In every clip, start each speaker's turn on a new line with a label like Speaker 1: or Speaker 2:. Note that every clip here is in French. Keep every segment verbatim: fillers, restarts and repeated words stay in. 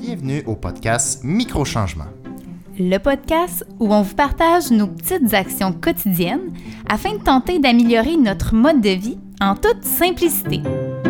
Speaker 1: Bienvenue au podcast Micro-Changement.
Speaker 2: Le podcast où on vous partage nos petites actions quotidiennes afin de tenter d'améliorer notre mode de vie en toute simplicité.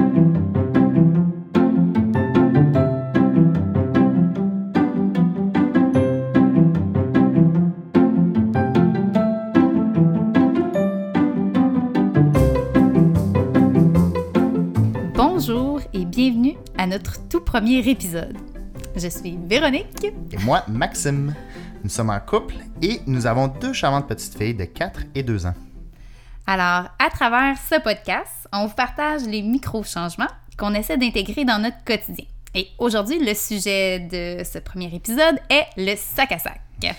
Speaker 2: Bonjour et bienvenue à notre tout premier épisode. Je suis Véronique.
Speaker 1: Et moi, Maxime. Nous sommes en couple et nous avons deux charmantes petites filles de quatre et deux ans.
Speaker 2: Alors, à travers ce podcast, on vous partage les micro-changements qu'on essaie d'intégrer dans notre quotidien. Et aujourd'hui, le sujet de ce premier épisode est le sac à sac.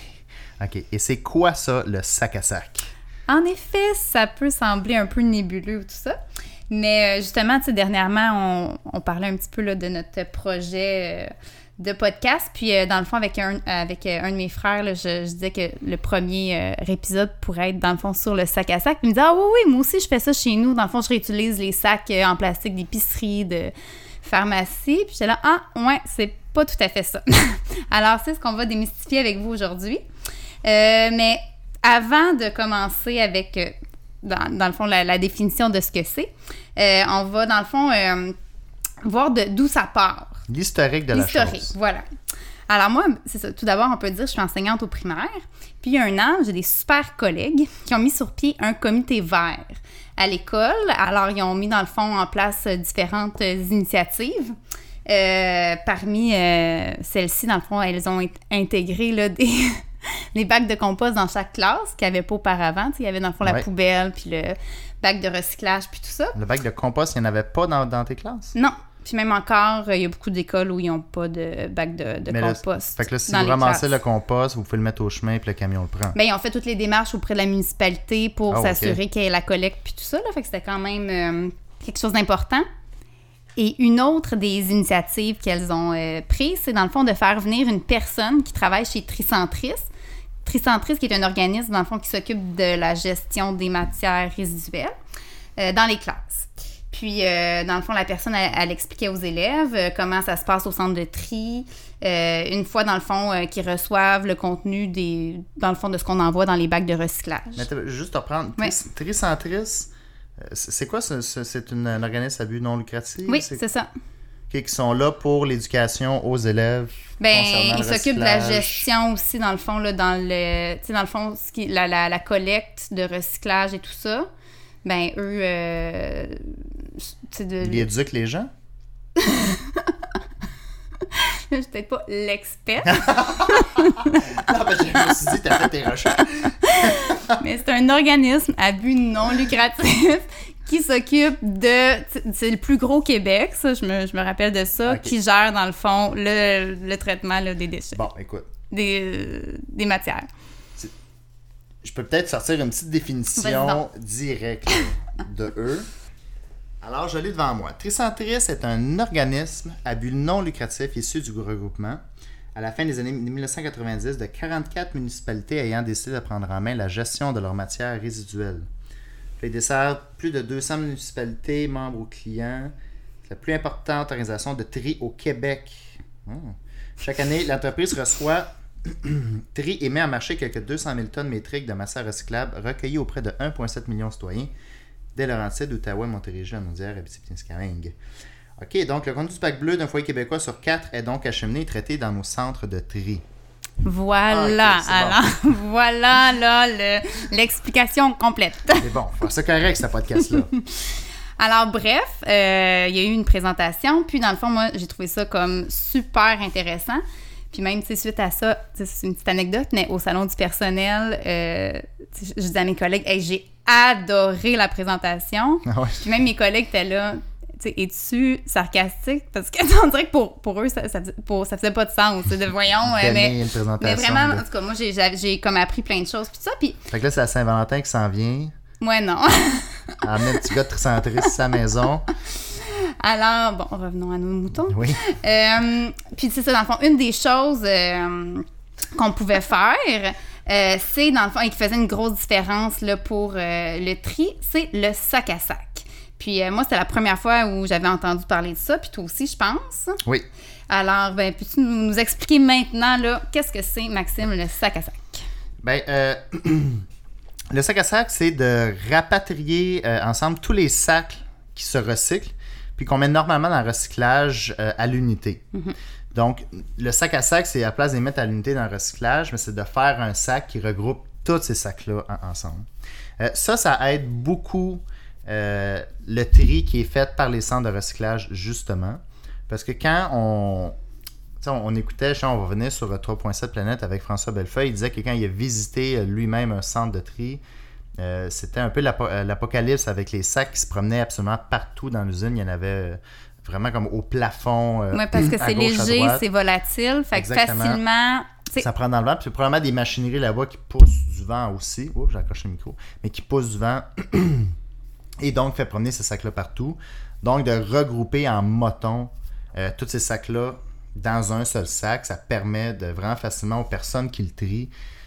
Speaker 1: OK. Et c'est quoi ça, le sac à sac?
Speaker 2: En effet, ça peut sembler un peu nébuleux tout ça. Mais justement, tu sais, dernièrement, on, on parlait un petit peu là, de notre projet euh, de podcast. Puis, euh, dans le fond, avec un, avec un de mes frères, là, je, je disais que le premier euh, épisode pourrait être, dans le fond, sur le sac à sac. Puis, il me dit « Ah oui, oui, moi aussi, je fais ça chez nous. Dans le fond, je réutilise les sacs euh, en plastique d'épicerie, de pharmacie. » Puis, j'étais là « Ah, ouais, c'est pas tout à fait ça. » Alors, c'est ce qu'on va démystifier avec vous aujourd'hui. Euh, mais avant de commencer avec... Euh, Dans, dans le fond, la, la définition de ce que c'est. Euh, on va, dans le fond, euh, voir de, d'où ça part.
Speaker 1: L'historique de
Speaker 2: L'historique,
Speaker 1: la chose.
Speaker 2: Voilà. Alors moi, c'est ça. Tout d'abord, on peut dire que je suis enseignante au primaire. Puis il y a un an, j'ai des super collègues qui ont mis sur pied un comité vert à l'école. Alors, ils ont mis, dans le fond, en place différentes initiatives. Euh, parmi euh, celles-ci, dans le fond, elles ont intégré là, des... les bacs de compost dans chaque classe qu'il n'y avait pas auparavant. Il y avait dans le fond la ouais. poubelle, puis le bac de recyclage, puis tout ça.
Speaker 1: Le bac de compost, il n'y en avait pas dans, dans tes classes?
Speaker 2: Non. Puis même encore, il y a beaucoup d'écoles où ils n'ont pas de bac de, de compost.
Speaker 1: Là, fait que là, si vous ramassez le compost, vous pouvez le mettre au chemin, puis le camion le prend.
Speaker 2: Bien, ils ont fait toutes les démarches auprès de la municipalité pour
Speaker 1: oh,
Speaker 2: s'assurer
Speaker 1: okay.
Speaker 2: qu'il y ait la collecte, puis tout ça. Là. Fait que c'était quand même euh, quelque chose d'important. Et une autre des initiatives qu'elles ont euh, prises, c'est dans le fond de faire venir une personne qui travaille chez Tricentris. Tricentris, qui est un organisme, dans le fond, qui s'occupe de la gestion des matières résiduelles euh, dans les classes. Puis, euh, dans le fond, la personne, elle, elle expliquait aux élèves euh, comment ça se passe au centre de tri. Euh, une fois, dans le fond, euh, qu'ils reçoivent le contenu, des, dans le fond, de ce qu'on envoie dans les bacs de recyclage.
Speaker 1: Mais juste te reprendre,
Speaker 2: ouais.
Speaker 1: Tricentris, c'est quoi? C'est, c'est une, un organisme à but non lucratif?
Speaker 2: Oui, c'est, c'est ça.
Speaker 1: Qui sont là pour l'éducation aux élèves.
Speaker 2: Ben, ils s'occupent de la gestion aussi, dans le fond, là, dans le, tu sais, dans le fond, ce qui, la, la, la collecte de recyclage et tout ça. Ben, eux, euh, de...
Speaker 1: Ils éduquent les gens?
Speaker 2: Je suis peut-être pas l'expert.
Speaker 1: Non, ben, je me suis dit, t'as fait tes recherches.
Speaker 2: Mais c'est un organisme à but non lucratif qui s'occupe de... C'est le plus gros Québec, ça, je me, je me rappelle de ça, okay. Qui gère, dans le fond, le, le traitement là, des déchets.
Speaker 1: Bon, écoute.
Speaker 2: Des, euh, des matières.
Speaker 1: C'est... Je peux peut-être sortir une petite définition directe de eux. Alors, je l'ai devant moi. Tricentris est un organisme à but non lucratif issu du regroupement à la fin des années dix-neuf cent quatre-vingt-dix de quarante-quatre municipalités ayant décidé de prendre en main la gestion de leurs matières résiduelles. Il dessert plus de deux cents municipalités, membres aux clients. C'est la plus importante organisation de tri au Québec. Oh. Chaque année, l'entreprise reçoit, tri et met en marché quelques deux cent mille tonnes métriques de matières recyclables recueillies auprès de un virgule sept million de citoyens des Laurentides, Outaouais, Montérégie, Naudière, Abitibi-Témiscamingue. OK, donc le contenu du bac bleu d'un foyer québécois sur quatre est donc acheminé et traité dans nos centres de tri.
Speaker 2: Voilà, ah, okay, alors, bon. Voilà, là, le, l'explication complète.
Speaker 1: C'est bon, faut faire ça correct, ce podcast-là.
Speaker 2: Alors, bref, euh, il y a eu une présentation, puis dans le fond, moi, j'ai trouvé ça comme super intéressant. Puis même, tu sais, suite à ça, c'est une petite anecdote, mais au salon du personnel, euh, je disais à mes collègues, hey, j'ai adoré la présentation.
Speaker 1: Ah ouais.
Speaker 2: Puis même mes collègues étaient là, tu sais, es-tu sarcastique? Parce que on dirait que pour, pour eux, ça, ça, pour, ça faisait pas de sens. De voyons, euh, mais, mais vraiment, de... en tout cas, moi, j'ai, j'ai comme appris plein de choses. Puis ça, puis...
Speaker 1: Fait que là, c'est la Saint-Valentin qui s'en vient.
Speaker 2: Ouais, non.
Speaker 1: Amener un petit gars de Tricentris à sa maison.
Speaker 2: Alors, bon, revenons à nos moutons.
Speaker 1: Oui.
Speaker 2: Euh, puis c'est ça, dans le fond, une des choses euh, qu'on pouvait faire, euh, c'est, dans le fond, et qui faisait une grosse différence là, pour euh, le tri, c'est le sac à sac. Puis euh, moi, c'était la première fois où j'avais entendu parler de ça, puis toi aussi, je pense.
Speaker 1: Oui.
Speaker 2: Alors, ben, peux-tu nous, nous expliquer maintenant, là, qu'est-ce que c'est, Maxime, le sac à sac?
Speaker 1: Ben, euh, le sac à sac, c'est de rapatrier euh, ensemble tous les sacs qui se recyclent, puis qu'on met normalement dans le recyclage euh, à l'unité. Mm-hmm. Donc, le sac à sac, c'est à la place de les mettre à l'unité dans le recyclage, mais c'est de faire un sac qui regroupe tous ces sacs-là en, ensemble. Euh, ça, ça aide beaucoup euh, le tri qui est fait par les centres de recyclage, justement. Parce que quand on, on, on écoutait, on va venir sur trois point sept Planète avec François Bellefeuille, il disait que quand il a visité lui-même un centre de tri, euh, c'était un peu l'apo- l'apocalypse avec les sacs qui se promenaient absolument partout dans l'usine. Il y en avait vraiment comme au plafond. Euh,
Speaker 2: oui, parce que c'est
Speaker 1: gauche,
Speaker 2: léger, c'est volatile. Fait que facilement...
Speaker 1: T'sais, ça prend dans le vent. Puis probablement des machineries là-bas qui poussent du vent aussi. Oups, j'ai accroché le micro. Mais qui poussent du vent. Et donc, fait promener ces sacs-là partout. Donc, de regrouper en moton euh, tous ces sacs-là dans un seul sac, ça permet de vraiment facilement aux personnes qui le trient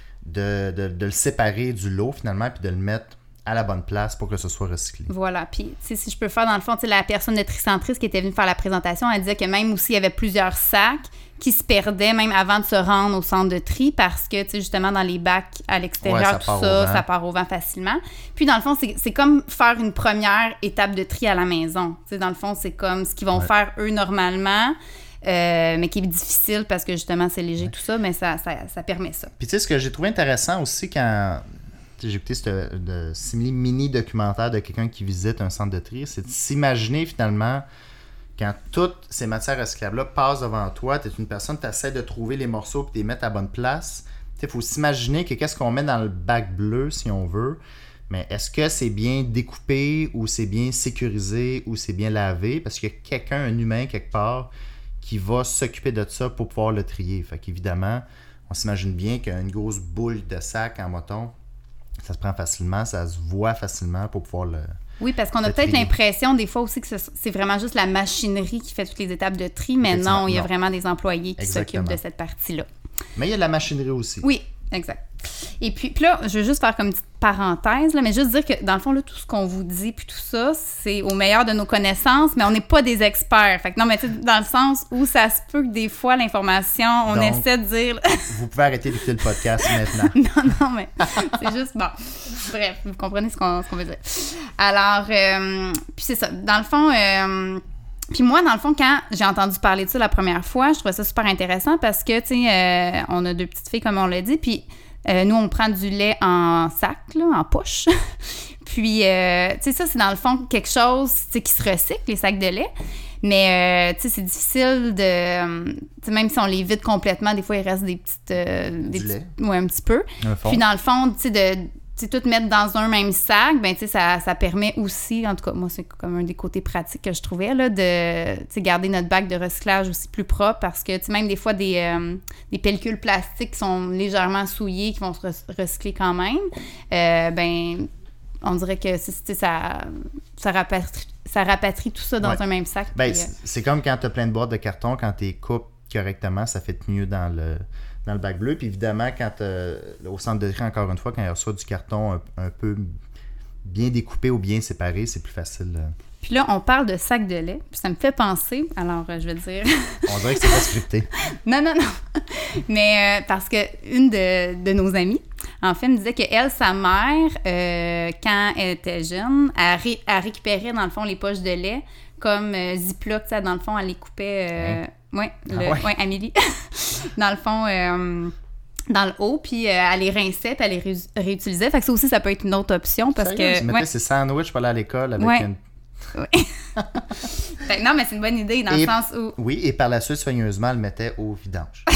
Speaker 1: de, de, de le séparer du lot finalement puis de le mettre à la bonne place pour que ce soit recyclé.
Speaker 2: Voilà. Puis, tu sais, si je peux faire, dans le fond, tu sais, la personne de Tricentrice qui était venue faire la présentation, elle disait que même aussi, il y avait plusieurs sacs qui se perdaient même avant de se rendre au centre de tri parce que, tu sais, justement, dans les bacs à l'extérieur, ouais, tout ça, ça part au vent facilement. Puis, dans le fond, c'est, c'est comme faire une première étape de tri à la maison. Tu sais, dans le fond, c'est comme ce qu'ils vont ouais. faire, eux, normalement, euh, mais qui est difficile parce que, justement, c'est léger, ouais. tout ça, mais ça, ça, ça permet ça.
Speaker 1: Puis, tu sais, ce que j'ai trouvé intéressant aussi quand... j'ai écouté ce mini-documentaire de quelqu'un qui visite un centre de tri, c'est de s'imaginer finalement quand toutes ces matières recyclables-là passent devant toi, tu es une personne, tu essaies de trouver les morceaux et de les mettre à la bonne place. Il faut s'imaginer que qu'est-ce qu'on met dans le bac bleu, si on veut, mais est-ce que c'est bien découpé ou c'est bien sécurisé ou c'est bien lavé? Parce qu'il y a quelqu'un, un humain quelque part, qui va s'occuper de ça pour pouvoir le trier. Fait qu'évidemment, on s'imagine bien qu'une grosse boule de sac en moton, ça se prend facilement, ça se voit facilement pour pouvoir le...
Speaker 2: Oui, parce qu'on a peut-être trier. l'impression des fois aussi que c'est vraiment juste la machinerie qui fait toutes les étapes de tri, mais non, il y a non. vraiment des employés qui Exactement. s'occupent de cette partie-là.
Speaker 1: Mais il y a de la machinerie aussi.
Speaker 2: Oui, exact. Et puis, puis là, je veux juste faire comme une petite parenthèse, là, mais juste dire que dans le fond, là, tout ce qu'on vous dit, puis tout ça, c'est au meilleur de nos connaissances, mais on n'est pas des experts. Fait que non, mais tu sais, dans le sens où ça se peut que des fois, l'information, on Donc, essaie de dire...
Speaker 1: vous pouvez arrêter d'écouter le podcast maintenant.
Speaker 2: non, non, mais c'est juste, bon, bref, vous comprenez ce qu'on, ce qu'on veut dire. Alors, euh, puis c'est ça, dans le fond... Euh, Puis moi, dans le fond, quand j'ai entendu parler de ça la première fois, je trouvais ça super intéressant parce que, tu sais, euh, on a deux petites filles, comme on l'a dit, puis euh, nous, on prend du lait en sac, là, en poche. Puis, euh, tu sais, ça, c'est dans le fond quelque chose, tu sais, qui se recycle, les sacs de lait. Mais, euh, tu sais, c'est difficile de... Tu sais, même si on les vide complètement, des fois, il reste des petites... Euh, des
Speaker 1: du
Speaker 2: petits,
Speaker 1: lait?
Speaker 2: Oui, un petit peu.
Speaker 1: Un fond.
Speaker 2: Puis, dans le fond, tu sais, de... Tu sais, tout mettre dans un même sac, ben tu sais, ça, ça permet aussi, en tout cas, moi, c'est comme un des côtés pratiques que je trouvais, là, de, tu sais, garder notre bac de recyclage aussi plus propre parce que, tu sais, même des fois, des, euh, des pellicules plastiques qui sont légèrement souillées, qui vont se recycler quand même, euh, ben on dirait que, tu sais, ça, ça, rapatrie, ça rapatrie tout ça dans ouais. un même sac.
Speaker 1: Ben,
Speaker 2: puis,
Speaker 1: c'est,
Speaker 2: euh...
Speaker 1: c'est comme quand tu as plein de boîtes de carton, quand tu les coupes correctement, ça fait mieux dans le... dans le bac bleu. Puis évidemment, quand euh, au centre de tri, encore une fois, quand il reçoit du carton un, un peu bien découpé ou bien séparé, c'est plus facile. Euh.
Speaker 2: Puis là, on parle de sac de lait. Puis ça me fait penser, alors euh, je vais dire...
Speaker 1: on dirait que c'est pas scripté.
Speaker 2: non, non, non. Mais euh, parce que une de, de nos amies, en fait, me disait qu'elle, sa mère, euh, quand elle était jeune, elle, ré, elle récupérait, dans le fond, les poches de lait comme euh, Ziploc, tu sais, dans le fond, elle les coupait... Euh, hein? Oui, ah ouais. ouais, Amélie. Dans le fond, euh, dans le haut, puis euh, elle les rinçait, puis elle les ré- réutilisait. Fait que ça aussi, ça peut être une autre option parce
Speaker 1: Sérieux?
Speaker 2: que...
Speaker 1: Tu mettais
Speaker 2: ouais.
Speaker 1: ces sandwichs pour aller à l'école avec
Speaker 2: ouais.
Speaker 1: une...
Speaker 2: Oui. Fait que non, mais c'est une bonne idée dans
Speaker 1: et,
Speaker 2: le sens où...
Speaker 1: Oui, et par la suite, soigneusement, elle le mettait au vidange.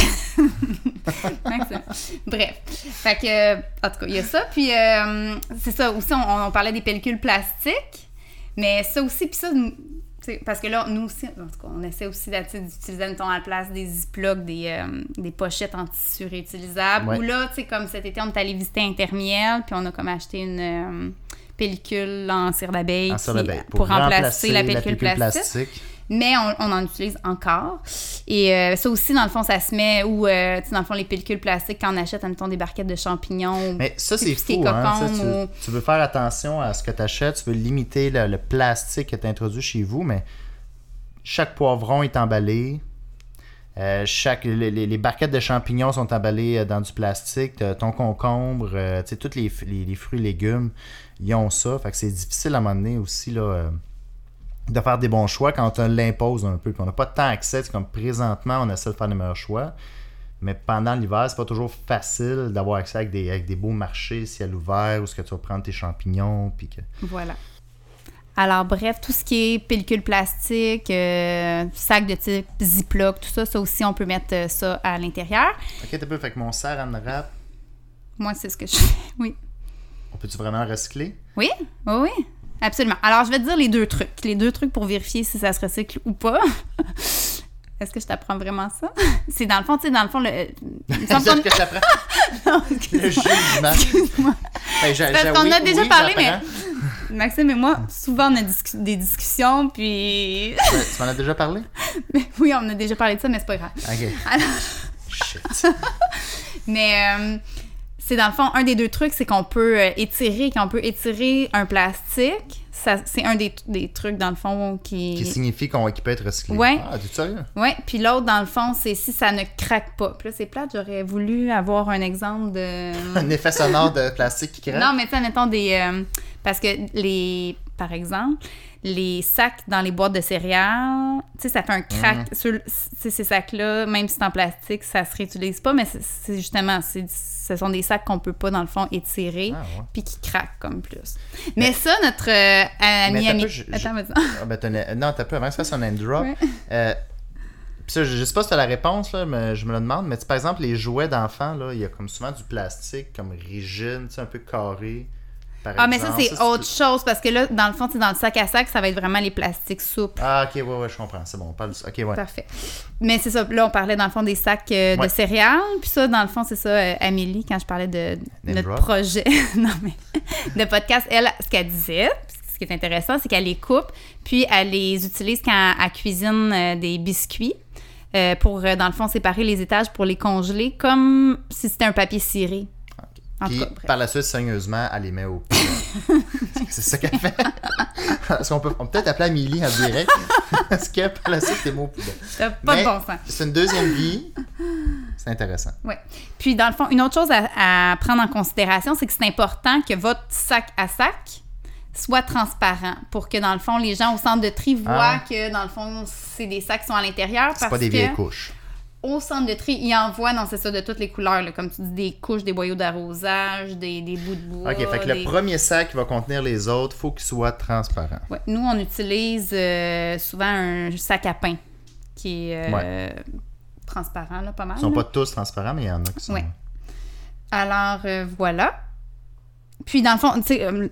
Speaker 2: Bref. Fait que, en tout cas, il y a ça. Puis, euh, c'est ça. Aussi, on, on parlait des pellicules plastiques. Mais ça aussi, puis ça... T'sais, parce que là, nous aussi, en tout cas, on essaie aussi d'utiliser, mettons, à la place des Ziplocs, des, euh, des pochettes en tissu réutilisables. Ouais. Ou là, tu sais, comme cet été, on est allé visiter Intermiel, puis on a comme acheté une euh, pellicule en cire d'abeille,
Speaker 1: en cire d'abeille
Speaker 2: pour, pour remplacer,
Speaker 1: remplacer
Speaker 2: la pellicule,
Speaker 1: la pellicule
Speaker 2: plastique.
Speaker 1: plastique.
Speaker 2: Mais on, on en utilise encore. Et euh, ça aussi, dans le fond, ça se met où, euh, tu sais, dans le fond, les pellicules plastiques, quand on achète, admettons, des barquettes de champignons.
Speaker 1: Mais ça, c'est fou, hein? Tu, ou... tu veux faire attention à ce que tu achètes, tu veux limiter le, le plastique que tu introduis chez vous, mais chaque poivron est emballé. Euh, chaque, les, les barquettes de champignons sont emballées dans du plastique. Ton concombre, euh, tu sais, tous les, les, les fruits et légumes, ils ont ça. Fait que c'est difficile à un moment donné aussi là, euh, de faire des bons choix quand on l'impose un peu. Puis on n'a pas de temps accès. C'est comme présentement, on essaie de faire les meilleurs choix. Mais pendant l'hiver, c'est pas toujours facile d'avoir accès avec des, avec des beaux marchés ciel ouvert où est-ce que tu vas prendre tes champignons. Puis que...
Speaker 2: Voilà. Alors, bref, tout ce qui est pellicule plastique, euh, sac de type Ziploc, tout ça, ça aussi, on peut mettre ça à l'intérieur.
Speaker 1: OK, t'as peu. Fait que mon saran wrap...
Speaker 2: Moi, c'est ce que je fais, oui.
Speaker 1: On peut-tu vraiment recycler?
Speaker 2: Oui, oui, oui. Absolument. Alors, je vais te dire les deux trucs. Les deux trucs pour vérifier si ça se recycle ou pas. Est-ce que je t'apprends vraiment ça? C'est dans le fond, tu sais, dans le fond, le...
Speaker 1: Est-ce que je t'apprends?
Speaker 2: Non,
Speaker 1: le jugement.
Speaker 2: Excuse-moi.
Speaker 1: Ben, j'ai,
Speaker 2: parce
Speaker 1: j'ai,
Speaker 2: qu'on
Speaker 1: oui,
Speaker 2: a déjà
Speaker 1: oui,
Speaker 2: parlé,
Speaker 1: j'apprends.
Speaker 2: mais Maxime et moi, souvent, on a discu- des discussions, puis...
Speaker 1: Ben, tu m'en as déjà parlé?
Speaker 2: Mais oui, on a déjà parlé de ça, mais c'est pas grave.
Speaker 1: OK.
Speaker 2: Alors...
Speaker 1: Shit.
Speaker 2: Mais... Euh... C'est dans le fond, un des deux trucs, c'est qu'on peut euh, étirer, qu'on peut étirer un plastique. Ça, c'est un des, des trucs, dans le fond, qui...
Speaker 1: Qui signifie qu'on, qu'il peut être recyclé.
Speaker 2: Ouais.
Speaker 1: Ah, t'es sérieux?
Speaker 2: Oui, puis l'autre, dans le fond, c'est si ça ne craque pas. Puis là, c'est plate, j'aurais voulu avoir un exemple de...
Speaker 1: Un effet sonore de plastique qui craque?
Speaker 2: Non, mais tu sais, mettons des... Euh, parce que les... Par exemple, les sacs dans les boîtes de céréales, tu sais, ça fait un crack.
Speaker 1: Mm.
Speaker 2: Sur, ces sacs-là, même si c'est en plastique, ça se réutilise pas, mais c'est, c'est justement... C'est, ce sont des sacs qu'on peut pas, dans le fond, étirer,
Speaker 1: ah, ouais.
Speaker 2: puis qui craquent comme plus. Mais, mais ça, notre euh, ami... ami...
Speaker 1: Peu, je,
Speaker 2: Attends, vas-y.
Speaker 1: Ah, ben, t'as, non, t'as peu, avant que ça fasse un name drop.
Speaker 2: Ouais.
Speaker 1: Euh, Puis ça, je, je sais pas si tu as la réponse, là, mais je me le demande. Mais par exemple, les jouets d'enfants, là, il y a comme souvent du plastique comme rigide, un peu carré. Par
Speaker 2: ah,
Speaker 1: exemple.
Speaker 2: mais ça, c'est
Speaker 1: ça,
Speaker 2: autre
Speaker 1: c'est...
Speaker 2: chose, parce que là, dans le fond, dans le sac à sac, ça va être vraiment les plastiques souples.
Speaker 1: Ah, ok, ouais, ouais, je comprends. C'est bon, on parle du... Ok, ouais.
Speaker 2: Parfait. Mais c'est ça, là, on parlait dans le fond des sacs euh, de
Speaker 1: ouais.
Speaker 2: céréales. Puis ça, dans le fond, c'est ça, euh, Amélie, quand je parlais de, de notre
Speaker 1: drop.
Speaker 2: projet non, mais, de podcast, elle, ce qu'elle disait, ce qui est intéressant, c'est qu'elle les coupe, puis elle les utilise quand elle cuisine euh, des biscuits. Euh, pour, euh, dans le fond, séparer les étages pour les congeler, comme si c'était un papier ciré.
Speaker 1: Okay. Puis, par la suite, sérieusement, elle les met au poubelle. C'est ça qu'elle fait. Est-ce qu'on peut, on peut peut-être appeler Amélie en direct? Est-ce que par la suite, t'es mis au poubelle?
Speaker 2: T'as pas
Speaker 1: Mais
Speaker 2: de bon sens.
Speaker 1: C'est une deuxième vie. C'est intéressant.
Speaker 2: Oui. Puis, dans le fond, une autre chose à, à prendre en considération, c'est que c'est important que votre sac à sac soit transparent pour que, dans le fond, les gens au centre de tri voient ah. que, dans le fond, c'est des sacs qui sont à l'intérieur.
Speaker 1: C'est
Speaker 2: parce
Speaker 1: pas des
Speaker 2: que
Speaker 1: vieilles couches.
Speaker 2: Au centre de tri, ils envoient, non, c'est ça, de toutes les couleurs, là, comme tu dis, des couches, des boyaux d'arrosage, des, des bouts de bois.
Speaker 1: OK, fait que
Speaker 2: des...
Speaker 1: le premier sac qui va contenir les autres, il faut qu'il soit transparent.
Speaker 2: Oui, nous, on utilise euh, souvent un sac à pain qui est euh, ouais. transparent, là, pas mal.
Speaker 1: Ils sont
Speaker 2: là.
Speaker 1: pas tous transparents, mais il y en a qui sont...
Speaker 2: Oui. Alors, euh, voilà. Puis, dans le fond, tu sais... Euh,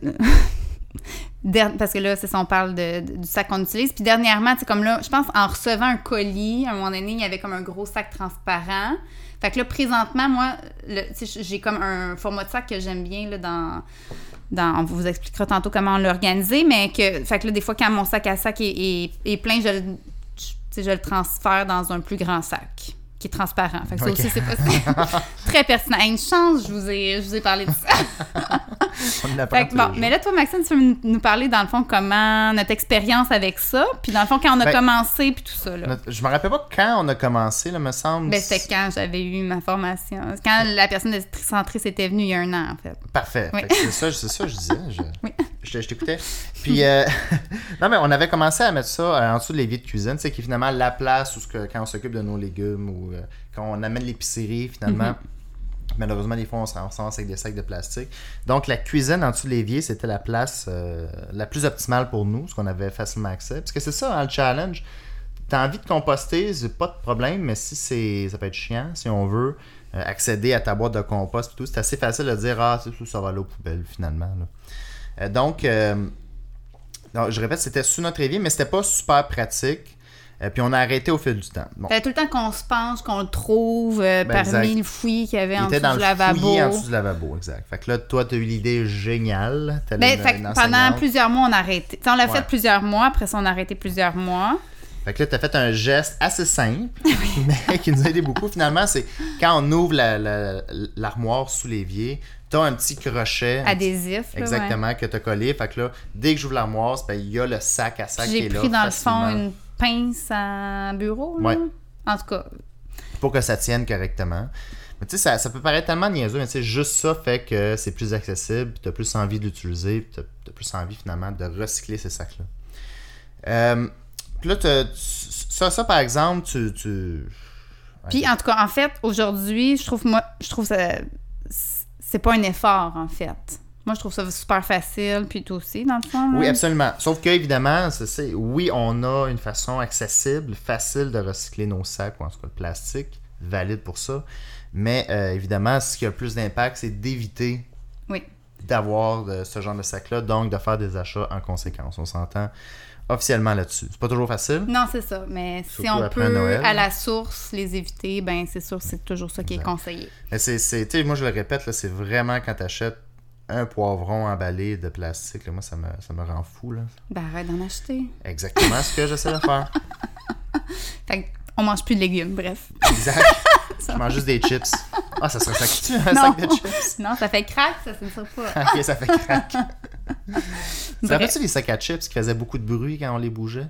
Speaker 2: parce que là, c'est ça, on parle de, de, du sac qu'on utilise. Puis dernièrement, tu sais, comme là, je pense, en recevant un colis, à un moment donné, il y avait comme un gros sac transparent. Fait que là, présentement, moi, le, tu sais, j'ai comme un format de sac que j'aime bien, là, dans... dans on vous expliquera tantôt comment on l'a organisé, mais que... Fait que là, des fois, quand mon sac à sac est, est, est plein, je le, tu sais, je le transfère dans un plus grand sac qui est transparent. Fait que ça okay. aussi, c'est pas très pertinent. À une chance, je vous ai, je vous ai parlé de ça.
Speaker 1: On
Speaker 2: fait que, bon, mais là, toi, Maxime, tu veux nous parler, dans le fond, comment notre expérience avec ça, puis dans le fond, quand on a ben, commencé, puis tout ça. Là.
Speaker 1: Notre, je me rappelle pas quand on a commencé, là, me semble.
Speaker 2: Ben, c'était quand j'avais eu ma formation. Quand la personne de Tricentrice était venue il y a un an, en fait.
Speaker 1: Parfait.
Speaker 2: Oui.
Speaker 1: Fait que c'est ça, c'est ça que je disais. Je,
Speaker 2: oui.
Speaker 1: je, je t'écoutais. Puis, euh, non, mais on avait commencé à mettre ça euh, en dessous de l'évier de cuisine, tu sais, qui est finalement la place où, que, quand on s'occupe de nos légumes ou euh, quand on amène l'épicerie, finalement. Mm-hmm. Malheureusement, des fois, on s'en sort avec des sacs de plastique. Donc, la cuisine en dessous de l'évier, c'était la place euh, la plus optimale pour nous, parce qu'on avait facilement accès. Parce que c'est ça, hein, le challenge. T'as envie de composter, c'est pas de problème, mais si c'est, ça peut être chiant, si on veut euh, accéder à ta boîte de compost et tout, c'est assez facile de dire « Ah, c'est tout, ça va aller aux poubelles, finalement. » euh, Donc, euh, donc, je répète, c'était sous notre évier, mais c'était pas super pratique. Euh, puis on a arrêté au fil du temps. Bon.
Speaker 2: Fait tout le temps qu'on se penche, qu'on le trouve euh, ben parmi exact. le fouillis qu'il y avait
Speaker 1: Il
Speaker 2: en dessous
Speaker 1: dans
Speaker 2: du
Speaker 1: le
Speaker 2: lavabo.
Speaker 1: Fouillis en dessous du lavabo, exact. Fait que là, toi, tu as eu l'idée géniale.
Speaker 2: Ben, une, fait une pendant plusieurs mois, on a arrêté. T'sais, on l'a ouais. fait plusieurs mois, après ça, on a arrêté plusieurs mois.
Speaker 1: Fait que là, tu as fait un geste assez simple, mais qui nous a aidé beaucoup. Finalement, c'est quand on ouvre la, la, l'armoire sous l'évier, tu as un petit crochet.
Speaker 2: Adhésif.
Speaker 1: Un, exactement,
Speaker 2: là, ouais.
Speaker 1: que tu as collé. Fait que là, dès que j'ouvre l'armoire, il y a le sac à sac
Speaker 2: Puis
Speaker 1: qui est là.
Speaker 2: J'ai pris dans
Speaker 1: facilement.
Speaker 2: le fond une pince à bureau. Là.
Speaker 1: Ouais.
Speaker 2: En tout cas.
Speaker 1: Pour que ça tienne correctement. Mais tu sais, ça, ça peut paraître tellement niaiseux, mais tu sais, juste ça fait que c'est plus accessible, tu as plus envie de l'utiliser, puis tu as plus envie finalement de recycler ces sacs-là. Euh, puis là, t'as, ça, ça, par exemple, tu... tu...
Speaker 2: Puis, en tout cas, en fait, aujourd'hui, je trouve, moi, je trouve ça... C'est pas un effort, en fait. Moi, je trouve ça super facile, puis toi aussi, dans le fond. Là.
Speaker 1: Oui, absolument. Sauf que, évidemment, c'est, c'est, oui, on a une façon accessible, facile de recycler nos sacs, ou en tout cas le plastique, valide pour ça. Mais, euh, évidemment, ce qui a le plus d'impact, c'est d'éviter
Speaker 2: oui.
Speaker 1: d'avoir de, ce genre de sac-là, donc de faire des achats en conséquence. On s'entend officiellement là-dessus. C'est pas toujours facile.
Speaker 2: Non, c'est ça. Mais surtout si on peut, Noël, à la source, les éviter, ben c'est sûr c'est toujours ça qui exact. Est conseillé.
Speaker 1: Mais c'est, c'est, tu sais, moi, je le répète, là, c'est vraiment quand tu achètes un poivron emballé de plastique, là, moi, ça me, ça me rend fou. Là.
Speaker 2: Ben, arrête d'en acheter.
Speaker 1: Exactement ce que j'essaie de faire.
Speaker 2: Fait qu'on mange plus de légumes, bref.
Speaker 1: Exact. Je mange juste des chips. Ah, ça serait ça que tu un non. sac de chips?
Speaker 2: Non, ça fait crack, ça, c'est ça pas.
Speaker 1: Ok, ça fait crack. Tu te rappelles-tu les sacs à chips qui faisaient beaucoup de bruit quand on les bougeait?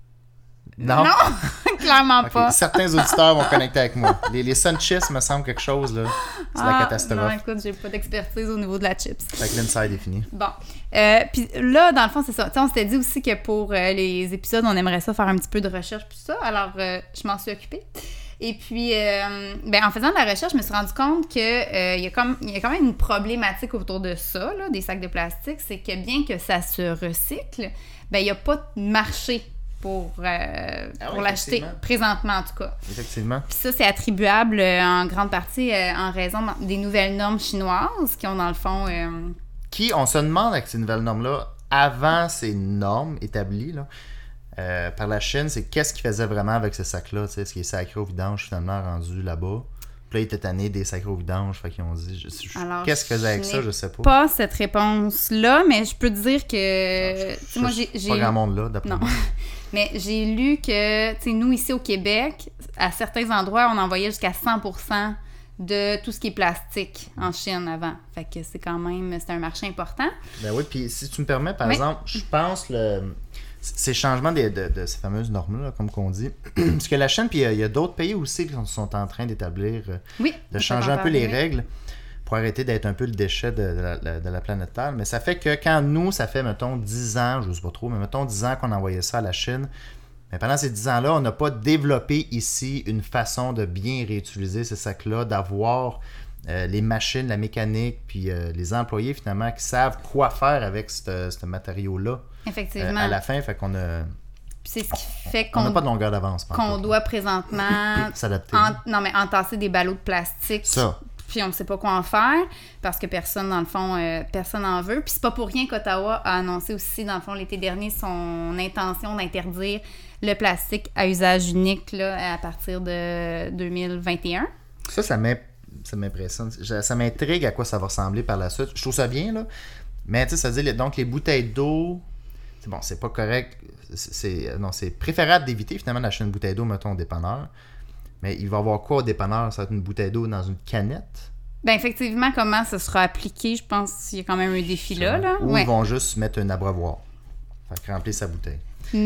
Speaker 1: Non?
Speaker 2: Non, clairement okay. pas.
Speaker 1: Certains auditeurs vont connecter avec moi. Les, les Sun Chips me semblent quelque chose, là. C'est ah, la catastrophe.
Speaker 2: Non, écoute, j'ai pas d'expertise au niveau de la chips.
Speaker 1: Fait que l'inside est fini.
Speaker 2: Bon. Euh, Puis là, dans le fond, c'est ça. T'sais, on s'était dit aussi que pour euh, les épisodes, on aimerait ça faire un petit peu de recherche puis ça. Alors, euh, je m'en suis occupée. Et puis, euh, ben, en faisant de la recherche, je me suis rendu compte qu'il euh, y, y a quand même une problématique autour de ça, là, des sacs de plastique. C'est que bien que ça se recycle, ben, il n'y a pas de marché pour, euh, ah pour oui, l'acheter, présentement en tout cas.
Speaker 1: Effectivement.
Speaker 2: Puis ça, c'est attribuable euh, en grande partie euh, en raison des nouvelles normes chinoises qui ont dans le fond... Euh...
Speaker 1: Qui, on se demande avec ces nouvelles normes-là, avant ces normes établies, là, Euh, par la Chine, c'est qu'est-ce qu'ils faisaient vraiment avec ce sac-là, tu sais, ce qui est sacré au vidange finalement rendu là-bas. Puis là, ils étaient tannés des sacrés au vidange, fait qu'ils ont dit, je, je, Alors, qu'est-ce qu'ils faisaient avec ça, je sais pas.
Speaker 2: Pas cette réponse-là, mais je peux te dire que... Non, je,
Speaker 1: moi, j'ai, j'ai pas grand monde là, d'après
Speaker 2: non.
Speaker 1: moi.
Speaker 2: Mais j'ai lu que, tu sais, nous, ici au Québec, à certains endroits, on envoyait jusqu'à cent pour cent de tout ce qui est plastique en Chine avant. Fait que c'est quand même, c'est un marché important. Ben
Speaker 1: oui, puis si tu me permets, par
Speaker 2: oui.
Speaker 1: exemple, je pense le... ces changements de, de, de ces fameuses normes-là, comme qu'on dit. Parce que la Chine, puis il y, y a d'autres pays aussi qui sont en train d'établir,
Speaker 2: oui,
Speaker 1: de changer un peu les règles pour arrêter d'être un peu le déchet de, de, la, de la planète Terre. Mais ça fait que quand nous, ça fait, mettons, dix ans, je ne sais pas trop, mais mettons dix ans qu'on envoyait ça à la Chine, mais pendant ces dix ans-là, on n'a pas développé ici une façon de bien réutiliser ces sacs-là, d'avoir euh, les machines, la mécanique, puis euh, les employés, finalement, qui savent quoi faire avec ce matériau-là.
Speaker 2: Effectivement.
Speaker 1: Euh, à la fin, fait qu'on a...
Speaker 2: Puis c'est ce qui fait qu'on...
Speaker 1: On n'a pas de longueur d'avance.
Speaker 2: Qu'on doit présentement...
Speaker 1: s'adapter.
Speaker 2: En, non, mais entasser des ballots de plastique.
Speaker 1: Ça.
Speaker 2: Puis on ne sait pas quoi en faire, parce que personne, dans le fond, euh, personne n'en veut. Puis c'est pas pour rien qu'Ottawa a annoncé aussi, dans le fond, l'été dernier, son intention d'interdire le plastique à usage unique là, à partir de deux mille vingt et un.
Speaker 1: Ça, ça m'impressionne. Ça m'intrigue à quoi ça va ressembler par la suite. Je trouve ça bien, là. Mais tu sais, ça veut dire, donc les bouteilles d'eau... C'est bon, c'est pas correct. C'est, non, c'est préférable d'éviter finalement d'acheter une bouteille d'eau, mettons, au dépanneur. Mais il va y avoir quoi au dépanneur? Ça va être une bouteille d'eau dans une canette?
Speaker 2: Bien, effectivement, comment ça sera appliqué, je pense qu'il y a quand même un défi là. là.
Speaker 1: Ou
Speaker 2: ouais.
Speaker 1: Ils vont juste mettre un abreuvoir. Fait que remplir sa bouteille.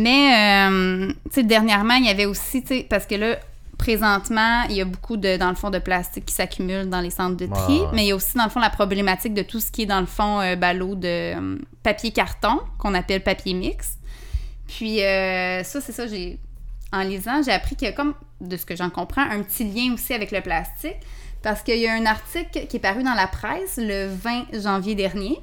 Speaker 2: Mais, euh, tu sais, dernièrement, il y avait aussi, tu sais, parce que là, présentement, il y a beaucoup de, dans le fond, de plastique qui s'accumule dans les centres de tri, ouais, ouais. Mais il y a aussi, dans le fond, la problématique de tout ce qui est, dans le fond, euh, ballot de euh, papier-carton, qu'on appelle papier mix. Puis, euh, ça, c'est ça, j'ai... En lisant, j'ai appris qu'il y a, comme, de ce que j'en comprends, un petit lien aussi avec le plastique, parce qu'il y a un article qui est paru dans la presse le vingt janvier dernier.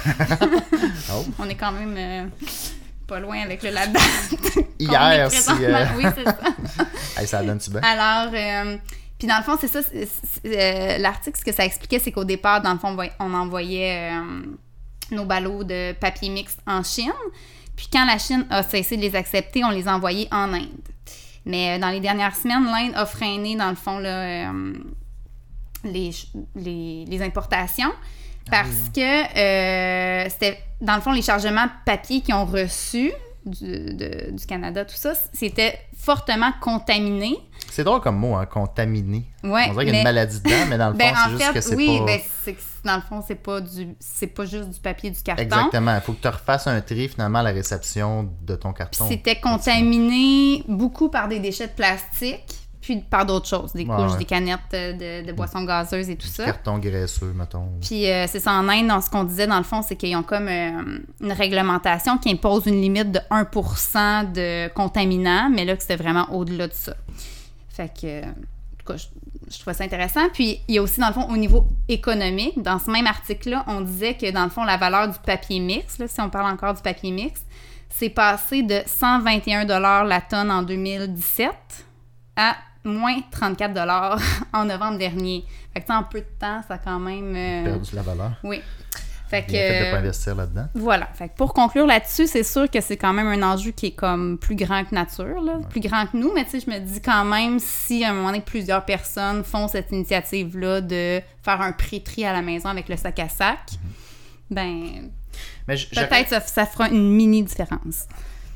Speaker 2: Oh. On est quand même... Euh, pas loin avec le la date.
Speaker 1: Hier, si... Euh...
Speaker 2: Oui, c'est ça.
Speaker 1: Hey, ça donne-tu bien?
Speaker 2: Alors, euh, puis dans le fond, c'est ça, c'est, c'est, euh, l'article, ce que ça expliquait, c'est qu'au départ, dans le fond, on envoyait euh, nos ballots de papier mixte en Chine. Puis quand la Chine a cessé de les accepter, on les a envoyés en Inde. Mais euh, dans les dernières semaines, l'Inde a freiné, dans le fond, là, euh, les, les, les importations. Parce que euh, c'était, dans le fond, les chargements de papier qu'ils ont reçus, du, de, du Canada, tout ça, c'était fortement contaminé.
Speaker 1: C'est drôle comme mot, hein, contaminé.
Speaker 2: Ouais,
Speaker 1: on dirait qu'il y a
Speaker 2: mais...
Speaker 1: une maladie dedans, mais dans le
Speaker 2: ben,
Speaker 1: fond, c'est juste
Speaker 2: fait,
Speaker 1: que c'est
Speaker 2: oui,
Speaker 1: pas...
Speaker 2: ben, c'est que dans le fond, c'est pas, du, c'est pas juste du papier, du carton.
Speaker 1: Exactement. Il faut que tu refasses un tri, finalement, à la réception de ton carton.
Speaker 2: Puis c'était contaminé beaucoup par des déchets de plastique, puis par d'autres choses, des
Speaker 1: ouais,
Speaker 2: couches,
Speaker 1: ouais.
Speaker 2: des canettes de, de boissons gazeuses et tout
Speaker 1: du
Speaker 2: ça.
Speaker 1: carton graisseux, mettons.
Speaker 2: Puis euh, c'est ça, en Inde, dans ce qu'on disait, dans le fond, c'est qu'ils ont comme euh, une réglementation qui impose une limite de un pour cent de contaminants, mais là, que c'était vraiment au-delà de ça. Fait que, en tout cas, je, je trouvais ça intéressant. Puis il y a aussi, dans le fond, au niveau économique, dans ce même article-là, on disait que, dans le fond, la valeur du papier mix, là, si on parle encore du papier mix, c'est passé de cent vingt et un dollars la tonne en deux mille dix-sept à moins trente-quatre dollars en novembre dernier. Fait que, en peu de temps, ça a quand même... Euh...
Speaker 1: perdu la valeur.
Speaker 2: Oui. Fait que...
Speaker 1: Bien fait de ne pas investir là-dedans.
Speaker 2: Voilà. Fait que pour conclure là-dessus, c'est sûr que c'est quand même un enjeu qui est comme plus grand que nature, là, ouais. plus grand que nous, mais tu sais, je me dis quand même, si à un moment donné, plusieurs personnes font cette initiative-là de faire un pré-tri à la maison avec le sac à sac, mm-hmm. ben... Mais peut-être ça, ça fera une mini-différence.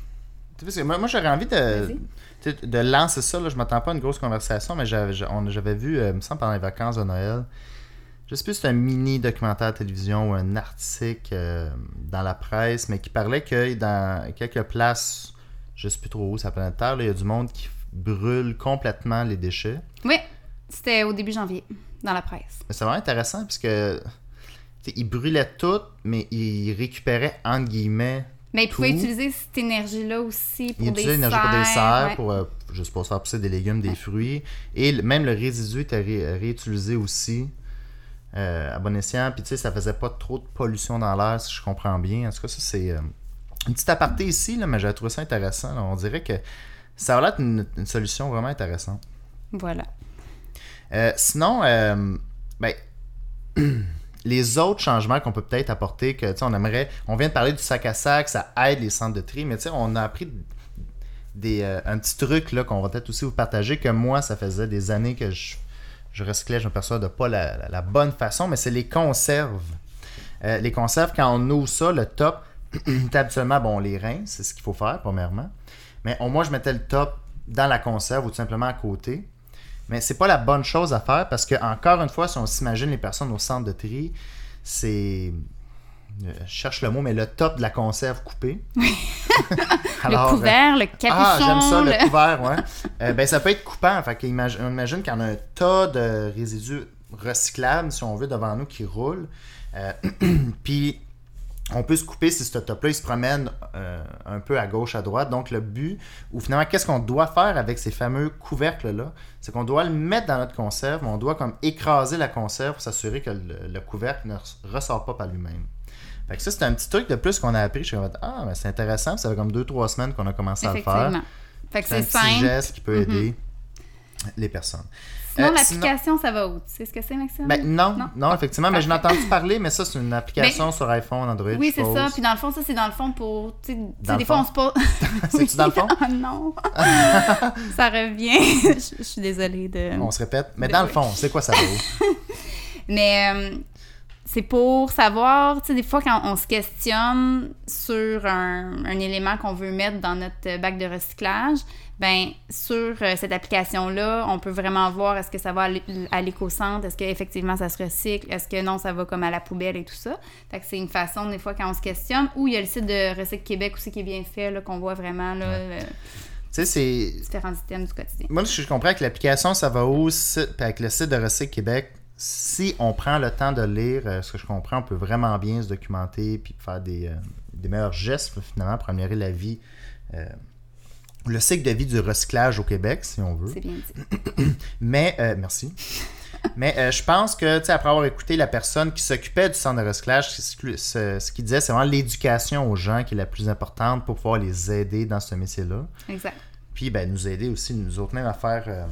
Speaker 1: Moi, moi, j'aurais envie de... de lancer ça, là, je m'attends pas à une grosse conversation, mais j'avais, j'avais vu, euh, il me semble, pendant les vacances de Noël, je sais plus si c'est un mini documentaire de télévision ou un article euh, dans la presse, mais qui parlait que dans quelques places, je sais plus trop où, sur la planète Terre, il y a du monde qui brûle complètement les déchets.
Speaker 2: Oui, c'était au début janvier, dans la presse.
Speaker 1: Mais c'est vraiment intéressant, puisque ils brûlaient tout, mais ils récupéraient, entre guillemets,
Speaker 2: mais ils pouvaient utiliser cette énergie-là aussi pour
Speaker 1: ils
Speaker 2: des
Speaker 1: serres. L'énergie pour des serres, ouais. pour, euh, je suppose, faire pousser des légumes, des ouais. fruits. Et même le résidu était ré- réutilisé aussi euh, à bon escient. Puis, tu sais, ça faisait pas trop de pollution dans l'air, si je comprends bien. En tout cas, ça, c'est euh, une petite aparté ici, là, mais j'ai trouvé ça intéressant. Là. On dirait que ça va être une, une solution vraiment intéressante.
Speaker 2: Voilà.
Speaker 1: Euh, sinon, euh, ben... les autres changements qu'on peut peut-être apporter, que on aimerait, on vient de parler du sac à sac, ça aide les centres de tri, mais on a appris des, euh, un petit truc là, qu'on va peut-être aussi vous partager, que moi, ça faisait des années que je, je recyclais, je me perçois de pas la, la, la bonne façon, mais c'est les conserves. Euh, les conserves, quand on ouvre ça, le top, habituellement, bon, on les rince, c'est ce qu'il faut faire, premièrement. Mais au moins, je mettais le top dans la conserve ou tout simplement à côté. Mais c'est pas la bonne chose à faire parce que, encore une fois, si on s'imagine les personnes au centre de tri, c'est. Je cherche le mot, mais le top de la conserve coupé.
Speaker 2: Alors, le couvert, le capuchon.
Speaker 1: Ah, j'aime ça,
Speaker 2: le,
Speaker 1: le couvert, ouais. euh, ben, ça peut être coupant. Fait qu'imagine, on imagine qu'il y en a un tas de résidus recyclables, si on veut, devant nous qui roulent. Euh, Puis. On peut se couper si ce top-là, il se promène euh, un peu à gauche, à droite. Donc, le but, ou finalement, qu'est-ce qu'on doit faire avec ces fameux couvercles-là? C'est qu'on doit le mettre dans notre conserve, mais on doit comme écraser la conserve pour s'assurer que le, le couvercle ne ressort pas par lui-même. Fait que ça, c'est un petit truc de plus qu'on a appris. Je suis comme, ah, mais c'est intéressant. Ça fait comme deux, trois semaines qu'on a commencé à le faire.
Speaker 2: Fait que
Speaker 1: c'est,
Speaker 2: c'est
Speaker 1: un petit
Speaker 2: simple.
Speaker 1: geste qui peut aider
Speaker 2: mm-hmm.
Speaker 1: les personnes.
Speaker 2: Sinon,
Speaker 1: euh,
Speaker 2: l'application,
Speaker 1: sinon...
Speaker 2: ça va où? Tu sais ce que c'est, Maxime?
Speaker 1: Ben, non, non, non, effectivement,
Speaker 2: Parfait.
Speaker 1: Mais je l'ai entendu parler, mais ça, c'est une application ben, sur iPhone, Android.
Speaker 2: Oui, c'est ça. Puis dans le fond, ça, c'est dans le fond pour. Tu sais, des
Speaker 1: fond.
Speaker 2: fois, on se pose.
Speaker 1: C'est-tu dans le fond?
Speaker 2: Oh non! Ça revient. je, je suis désolée de.
Speaker 1: On se répète. Mais de... dans le fond, c'est quoi ça vaut?
Speaker 2: Mais. Euh... C'est pour savoir, tu sais, des fois, quand on se questionne sur un, un élément qu'on veut mettre dans notre bac de recyclage, ben sur euh, cette application-là, on peut vraiment voir est-ce que ça va à l'éco-centre, est-ce qu'effectivement ça se recycle, est-ce que non, ça va comme à la poubelle et tout ça. Fait que c'est une façon, des fois, quand on se questionne, ou il y a le site de Recycle Québec aussi qui est bien fait, là, qu'on voit vraiment, là...
Speaker 1: Ouais.
Speaker 2: Le...
Speaker 1: Tu sais, c'est...
Speaker 2: différents items du quotidien.
Speaker 1: Moi, je comprends que l'application, ça va au site, puis avec le site de Recycle Québec, si on prend le temps de lire, euh, ce que je comprends, on peut vraiment bien se documenter puis faire des, euh, des meilleurs gestes, finalement, pour améliorer la vie, euh, le cycle de vie du recyclage au Québec, si on veut.
Speaker 2: C'est bien dit.
Speaker 1: Mais, euh, merci. Mais euh, je pense que, tu sais, après avoir écouté la personne qui s'occupait du centre de recyclage, ce, ce, ce qu'il disait, c'est vraiment l'éducation aux gens qui est la plus importante pour pouvoir les aider dans ce métier-là.
Speaker 2: Exact.
Speaker 1: Puis, ben, nous aider aussi, nous autres, même à faire... Euh,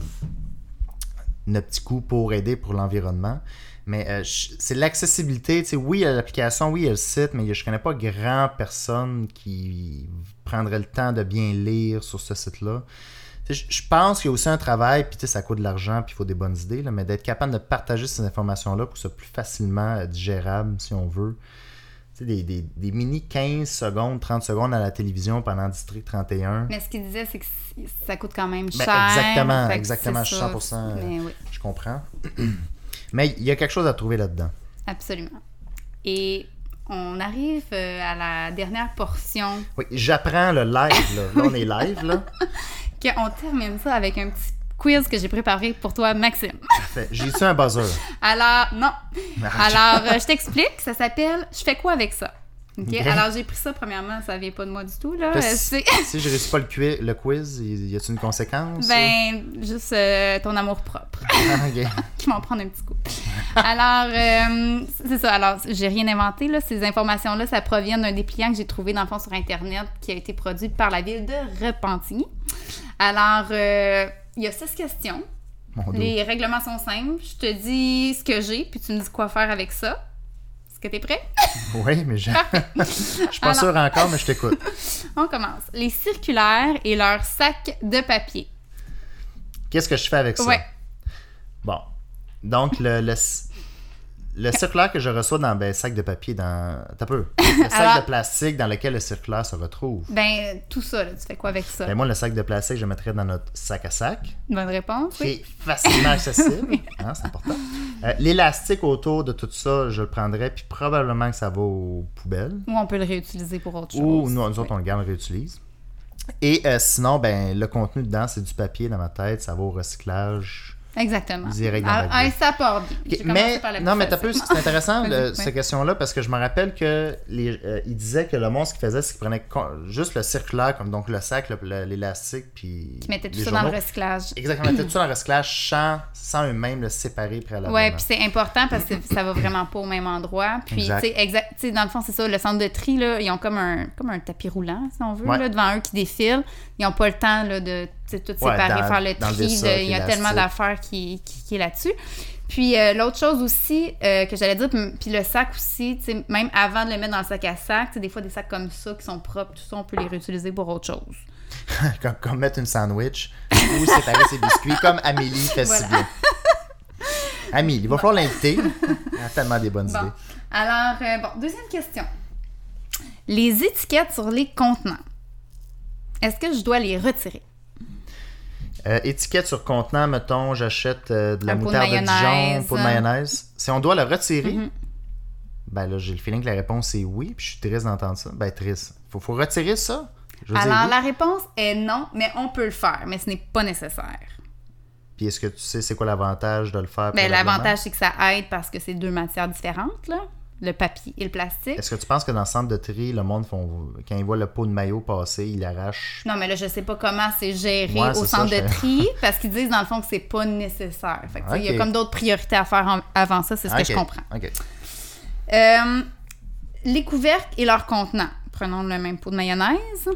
Speaker 1: notre petit coup pour aider pour l'environnement. Mais euh, c'est l'accessibilité. Tu sais, oui, il y a l'application, oui, il y a le site, mais je ne connais pas grand personne qui prendrait le temps de bien lire sur ce site-là. Tu sais, je pense qu'il y a aussi un travail, puis tu sais, ça coûte de l'argent, puis il faut des bonnes idées, là, mais d'être capable de partager ces informations-là pour que ce soit plus facilement euh, digérable, si on veut. sais, des, des, des mini quinze secondes, trente secondes à la télévision pendant District trente et un.
Speaker 2: Mais ce qu'il disait, c'est que ça coûte quand même cher.
Speaker 1: Ben, exactement,
Speaker 2: fait
Speaker 1: exactement, je suis cent pour cent,
Speaker 2: Mais oui.
Speaker 1: je comprends. Mais il y a quelque chose à trouver là-dedans.
Speaker 2: Absolument. Et on arrive à la dernière portion.
Speaker 1: Oui, j'apprends le live, là. Là, on est live, là.
Speaker 2: Qu'on termine ça avec un petit quiz que j'ai préparé pour toi, Maxime.
Speaker 1: Parfait. J'ai-tu un buzzer?
Speaker 2: Alors, non.
Speaker 1: Ah,
Speaker 2: Alors, euh, je t'explique. Ça s'appelle « Je fais quoi avec ça? » Okay?
Speaker 1: Okay.
Speaker 2: Alors, j'ai pris ça, premièrement, ça vient pas de moi du tout, là.
Speaker 1: Là,
Speaker 2: Euh,
Speaker 1: si, si je réussis pas le, cu- le quiz, y a-t-il une conséquence?
Speaker 2: Ben, juste euh, ton amour propre.
Speaker 1: Ah, OK.
Speaker 2: Qui m'en prendre un petit coup. Alors, euh, c'est ça. Alors, j'ai rien inventé, là. Ces informations-là, ça provient d'un dépliant que j'ai trouvé, dans le fond, sur Internet, qui a été produit par la ville de Repentigny. Alors, euh, il y a six questions.
Speaker 1: Mon dos.
Speaker 2: Les règlements sont simples. Je te dis ce que j'ai, puis tu me dis quoi faire avec ça. Est-ce que t'es prêt?
Speaker 1: Oui, mais je je suis pas
Speaker 2: Alors...
Speaker 1: sûre encore, mais je t'écoute.
Speaker 2: On commence. Les circulaires et leurs sacs de papier.
Speaker 1: Qu'est-ce que je fais avec ça?
Speaker 2: Ouais.
Speaker 1: Bon. Donc, le, le, le circulaire que je reçois dans ben, le sac de papier, dans. T'as peu. Le sac
Speaker 2: Alors...
Speaker 1: de plastique dans lequel le circulaire se retrouve.
Speaker 2: Ben, tout ça, là, tu fais quoi avec ça?
Speaker 1: Ben, moi, le sac de plastique, je le mettrais dans notre sac à sac.
Speaker 2: Bonne réponse,
Speaker 1: Qui
Speaker 2: oui.
Speaker 1: est facilement accessible. Hein, c'est important. Euh, l'élastique autour de tout ça, je le prendrais, puis probablement que ça va aux poubelles.
Speaker 2: Ou on peut le réutiliser pour autre chose.
Speaker 1: Ou nous, nous autres, on le garde, on le réutilise. Et euh, sinon, ben, le contenu dedans, c'est du papier dans ma tête, ça va au recyclage.
Speaker 2: Exactement.
Speaker 1: Direct dans
Speaker 2: Ah,
Speaker 1: la
Speaker 2: ah,
Speaker 1: vie.
Speaker 2: ça part bien.
Speaker 1: Okay,
Speaker 2: J'ai
Speaker 1: mais
Speaker 2: commencé par la
Speaker 1: non,
Speaker 2: plus
Speaker 1: mais t'as peu,
Speaker 2: facile.
Speaker 1: c'est intéressant le,
Speaker 2: Vas-y,
Speaker 1: cette
Speaker 2: ouais.
Speaker 1: question-là parce que je me rappelle que les, euh, il disait que le monde ce qu'il faisait, c'est qu'il prenait con- juste le circulaire, comme donc le sac, le- le- l'élastique, puis
Speaker 2: Qui mettait tout
Speaker 1: les
Speaker 2: ça
Speaker 1: journaux.
Speaker 2: dans le recyclage.
Speaker 1: Exactement, mettait tout ça dans le recyclage sans, sans eux-mêmes le séparer préalablement.
Speaker 2: Ouais, puis c'est important parce que ça va vraiment pas au même endroit. Puis, tu
Speaker 1: Exact.
Speaker 2: sais, exact, tu sais, dans le fond, c'est ça, le centre de tri, là, ils ont comme un, comme un tapis roulant, si on veut,
Speaker 1: Ouais.
Speaker 2: là, devant eux qui défilent. Ils n'ont pas le temps là, de tu sais, tout
Speaker 1: Ouais,
Speaker 2: séparer,
Speaker 1: dans-
Speaker 2: faire le
Speaker 1: dans le
Speaker 2: tri.
Speaker 1: vaisseau,
Speaker 2: de- il y a
Speaker 1: l'élastique.
Speaker 2: tellement d'affaires qui, qui, qui est là-dessus. Puis euh, l'autre chose aussi euh, que j'allais dire, p- puis le sac aussi, tu sais, même avant de le mettre dans le sac à sac, tu sais, des fois des sacs comme ça qui sont propres, tout ça, on peut les réutiliser pour autre chose.
Speaker 1: comme, comme mettre une sandwich ou séparer ses biscuits, comme Amélie fait si
Speaker 2: Voilà.
Speaker 1: bien. Amélie, il va falloir l'inviter. Elle a tellement des bonnes
Speaker 2: Bon.
Speaker 1: idées.
Speaker 2: Alors, euh, bon, deuxième question. Les étiquettes sur les contenants, est-ce que je dois les retirer?
Speaker 1: Euh, étiquette sur contenant, mettons, j'achète euh, de la
Speaker 2: Un pot de
Speaker 1: moutarde de Dijon,
Speaker 2: mayonnaise.
Speaker 1: pot de mayonnaise. Si on doit le retirer,
Speaker 2: Mhm.
Speaker 1: ben là, j'ai le feeling que la réponse est oui, puis je suis triste d'entendre ça. Ben, triste. Faut, faut retirer ça? Je veux
Speaker 2: Alors,
Speaker 1: dire oui.
Speaker 2: la réponse est non, mais on peut le faire, mais ce n'est pas nécessaire.
Speaker 1: Puis est-ce que tu sais c'est quoi l'avantage de le faire?
Speaker 2: Mais
Speaker 1: préalablement?
Speaker 2: l'avantage, c'est que ça aide parce que c'est deux matières différentes, là, le papier et le plastique.
Speaker 1: Est-ce que tu penses que dans le centre de tri, le monde, font, quand ils voient le pot de maillot passer, ils l'arrachent?
Speaker 2: Non, mais là, je sais pas comment c'est géré
Speaker 1: Ouais,
Speaker 2: au
Speaker 1: c'est
Speaker 2: centre
Speaker 1: ça,
Speaker 2: de
Speaker 1: je-
Speaker 2: tri, parce qu'ils disent, dans le fond, que c'est pas nécessaire. Fait que, tu sais, il y
Speaker 1: Ok.
Speaker 2: a comme d'autres priorités à faire en- avant ça, c'est ce
Speaker 1: Ok,
Speaker 2: que je comprends.
Speaker 1: OK.
Speaker 2: Euh, les couvercles et leurs contenants. Prenons le même pot de mayonnaise.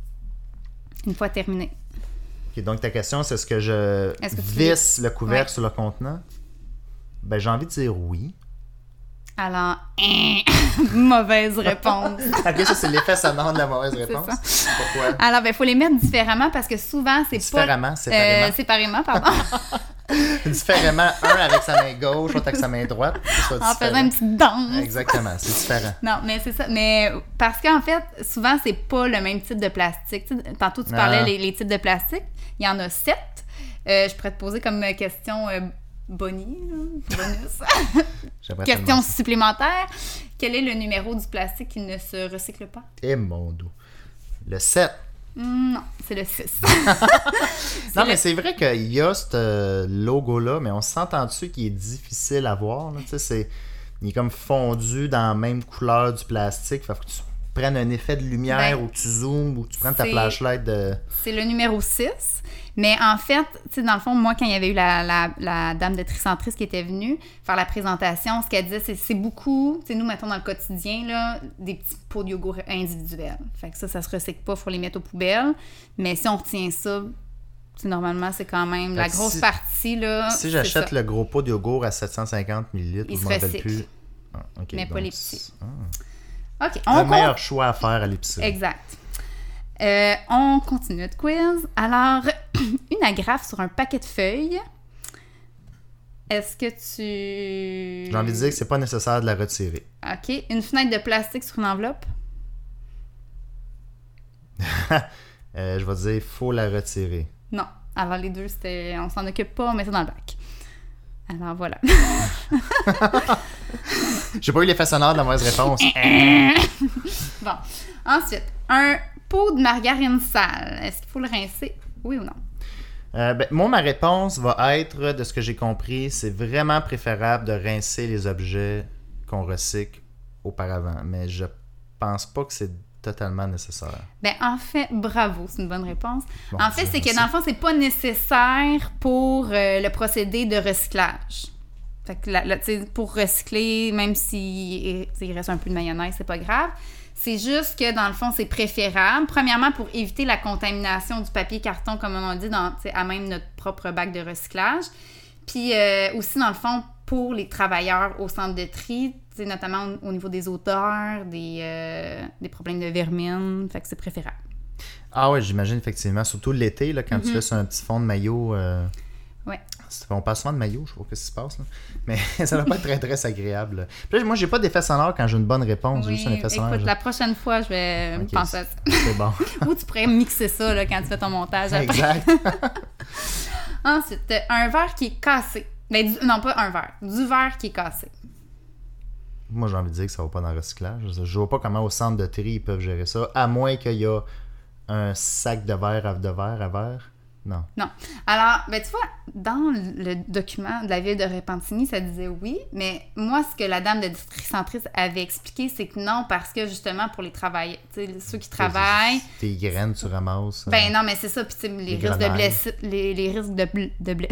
Speaker 2: Une fois terminé.
Speaker 1: OK, donc ta question, c'est est-ce que je
Speaker 2: Est-ce que tu
Speaker 1: visse le couvercle
Speaker 2: Ouais.
Speaker 1: sur le contenant? Ben, j'ai envie de dire oui.
Speaker 2: Alors, hein, mauvaise réponse.
Speaker 1: OK, ça, c'est l'effet sonore de la mauvaise
Speaker 2: C'est
Speaker 1: réponse.
Speaker 2: ça.
Speaker 1: Pourquoi?
Speaker 2: Alors, il faut les mettre différemment parce que souvent, c'est pas...
Speaker 1: Différemment, séparément.
Speaker 2: Euh, séparément, pardon.
Speaker 1: Différemment, un avec sa main gauche, l'autre avec sa main droite. que ce soit
Speaker 2: En
Speaker 1: différent.
Speaker 2: faisant une petite danse.
Speaker 1: Exactement, c'est différent.
Speaker 2: Non, mais c'est ça. Mais parce qu'en fait, souvent, c'est pas le même type de plastique. Tu sais, tantôt, tu parlais
Speaker 1: Ah.
Speaker 2: les, les types de plastique. Il y en a sept. Euh, je pourrais te poser comme question euh, Bonnie, là, bonus.
Speaker 1: J'aimerais
Speaker 2: Question
Speaker 1: tellement ça.
Speaker 2: supplémentaire. Quel est le numéro du plastique qui ne se recycle pas?
Speaker 1: Eh mon dos. Le sept.
Speaker 2: Hmm, non, c'est le six.
Speaker 1: Non,
Speaker 2: le-
Speaker 1: mais c'est vrai qu'il y a ce euh, logo-là, mais on s'entend dessus qu'il est difficile à voir. Là. Tu sais, c'est, il est comme fondu dans la même couleur du plastique. Fait que tu prennes un effet de lumière
Speaker 2: Ben,
Speaker 1: ou que tu zoomes ou que tu prennes ta
Speaker 2: c'est-
Speaker 1: flashlight de...
Speaker 2: C'est le numéro six. Mais en fait, tu sais, dans le fond, moi, quand il y avait eu la, la, la dame de Tricentrice qui était venue faire la présentation, ce qu'elle disait, c'est c'est beaucoup, tu sais, nous, mettons dans le quotidien, là, des petits pots de yogourt individuels. Fait que ça, ça se recycle pas, il faut les mettre aux poubelles. Mais si on retient ça, tu sais, normalement, c'est quand même
Speaker 1: Fait
Speaker 2: la
Speaker 1: que
Speaker 2: grosse
Speaker 1: si-
Speaker 2: partie, là.
Speaker 1: Si
Speaker 2: c'est
Speaker 1: j'achète
Speaker 2: ça.
Speaker 1: le gros pot de yogourt à sept cent cinquante millilitres,
Speaker 2: Il
Speaker 1: je
Speaker 2: se
Speaker 1: ne me rappelle
Speaker 2: recycle.
Speaker 1: plus. Ah, ok,
Speaker 2: Mais pas
Speaker 1: donc
Speaker 2: les
Speaker 1: c'est-
Speaker 2: petits.
Speaker 1: ah.
Speaker 2: OK, on
Speaker 1: Un
Speaker 2: compte.
Speaker 1: meilleur choix à faire à l'épicerie.
Speaker 2: Exact. Euh, on continue notre quiz. Alors, une agrafe sur un paquet de feuilles. Est-ce que tu...
Speaker 1: J'ai envie de dire que c'est pas nécessaire de la retirer.
Speaker 2: OK. Une fenêtre de plastique sur une enveloppe?
Speaker 1: euh, je vais dire, il faut la retirer.
Speaker 2: Non. Alors, les deux, c'était... On s'en occupe pas, on met ça dans le bac. Alors, voilà.
Speaker 1: J'ai pas eu l'effet sonore de la mauvaise réponse.
Speaker 2: Bon. Ensuite, un pot de margarine sale. Est-ce qu'il faut le rincer? Oui ou non?
Speaker 1: Euh, ben, moi, ma réponse va être, de ce que j'ai compris, c'est vraiment préférable de rincer les objets qu'on recycle auparavant. Mais je pense pas que c'est totalement nécessaire.
Speaker 2: Ben, en fait, bravo, c'est une bonne réponse.
Speaker 1: Bon,
Speaker 2: en fait, c'est que dans le fond, c'est pas nécessaire pour euh, le procédé de recyclage. Fait que la, la, pour recycler, même s'il il reste un peu de mayonnaise, c'est pas grave. C'est juste que, dans le fond, c'est préférable. Premièrement, pour éviter la contamination du papier carton, comme on a dit, dans, à même notre propre bac de recyclage. Puis euh, aussi, dans le fond, pour les travailleurs au centre de tri, notamment au, au niveau des odeurs, des, euh, des problèmes de vermine. Fait que c'est préférable.
Speaker 1: Ah ouais, j'imagine effectivement. Surtout l'été, là, quand mm-hmm. tu fais sur un petit fond de maillot. Euh...
Speaker 2: Ouais.
Speaker 1: On passe souvent de maillot, je sais pas ce qui se passe. Là. Mais ça va pas être très, très agréable. Puis là, moi, j'ai pas d'effet sonore quand j'ai une bonne réponse.
Speaker 2: Oui,
Speaker 1: juste un effet sonore.
Speaker 2: Écoute, la prochaine fois, je vais okay, penser à ça.
Speaker 1: C'est bon.
Speaker 2: Ou tu pourrais mixer ça là, quand tu fais ton montage après.
Speaker 1: Exact.
Speaker 2: Ensuite, un verre qui est cassé. Ben, du... Non, pas un verre. Du verre qui est cassé.
Speaker 1: Moi, j'ai envie de dire que ça va pas dans le recyclage. Je vois pas comment au centre de tri, ils peuvent gérer ça. À moins qu'il y a un sac de verre à, de verre à verre. Non.
Speaker 2: Non. Alors, ben tu vois, dans le document de la ville de Repentigny, ça disait oui, mais moi, ce que la dame de distributrice avait expliqué, c'est que non, parce que justement, pour les travailleurs, tu sais, ceux qui travaillent...
Speaker 1: Tes graines, tu ramasses.
Speaker 2: Ben non, mais c'est ça, puis tu sais, les, les risques de blessure... Les, les risques de... Bl- de bl-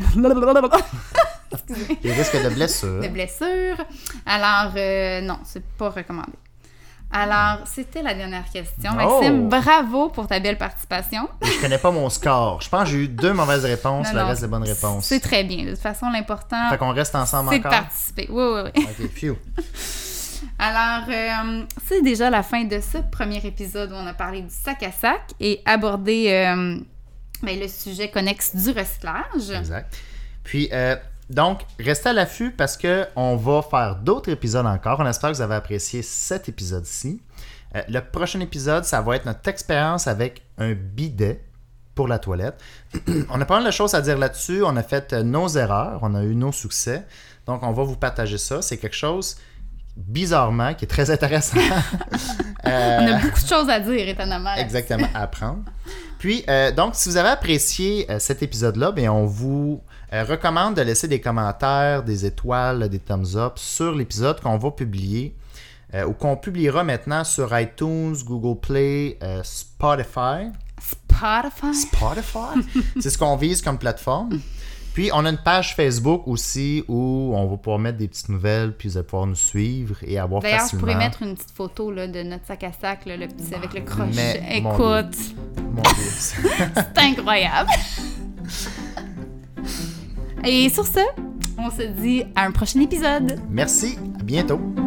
Speaker 1: les risques de blessure.
Speaker 2: De blessure. Alors, euh, non, c'est pas recommandé. Alors, c'était la dernière question. Maxime, oh! Bravo pour ta belle participation. Je
Speaker 1: connais pas mon score. Je pense que j'ai eu deux mauvaises réponses, non, le non, reste des bonnes réponses.
Speaker 2: C'est très bien. De toute façon, l'important...
Speaker 1: Fait qu'on reste ensemble
Speaker 2: c'est
Speaker 1: encore?
Speaker 2: C'est de participer. Oui, oui, oui.
Speaker 1: OK, phew.
Speaker 2: Alors, euh, c'est déjà la fin de ce premier épisode où on a parlé du sac à sac et abordé euh, ben, le sujet connexe du recyclage.
Speaker 1: Exact. Puis... Euh, Donc, restez à l'affût parce qu'on va faire d'autres épisodes encore. On espère que vous avez apprécié cet épisode-ci. Euh, le prochain épisode, ça va être notre expérience avec un bidet pour la toilette. On a pas mal de choses à dire là-dessus. On a fait nos erreurs. On a eu nos succès. Donc, on va vous partager ça. C'est quelque chose, bizarrement, qui est très intéressant.
Speaker 2: euh... On a beaucoup de choses à dire, étonnamment.
Speaker 1: Exactement, à apprendre. Puis, euh, donc, si vous avez apprécié euh, cet épisode-là, bien, on vous... Euh, recommande de laisser des commentaires, des étoiles, des thumbs up sur l'épisode qu'on va publier euh, ou qu'on publiera maintenant sur iTunes, Google Play, euh, Spotify.
Speaker 2: Spotify?
Speaker 1: Spotify? C'est ce qu'on vise comme plateforme. Puis, on a une page Facebook aussi où on va pouvoir mettre des petites nouvelles, puis vous allez pouvoir nous suivre et avoir
Speaker 2: D'ailleurs,
Speaker 1: facilement...
Speaker 2: D'ailleurs, je pourrais mettre une petite photo là, de notre sac à sac, là, le petit avec le crochet.
Speaker 1: Mais,
Speaker 2: écoute,
Speaker 1: mon Dieu.
Speaker 2: C'est incroyable. Et sur ce, on se dit à un prochain épisode.
Speaker 1: Merci, à bientôt.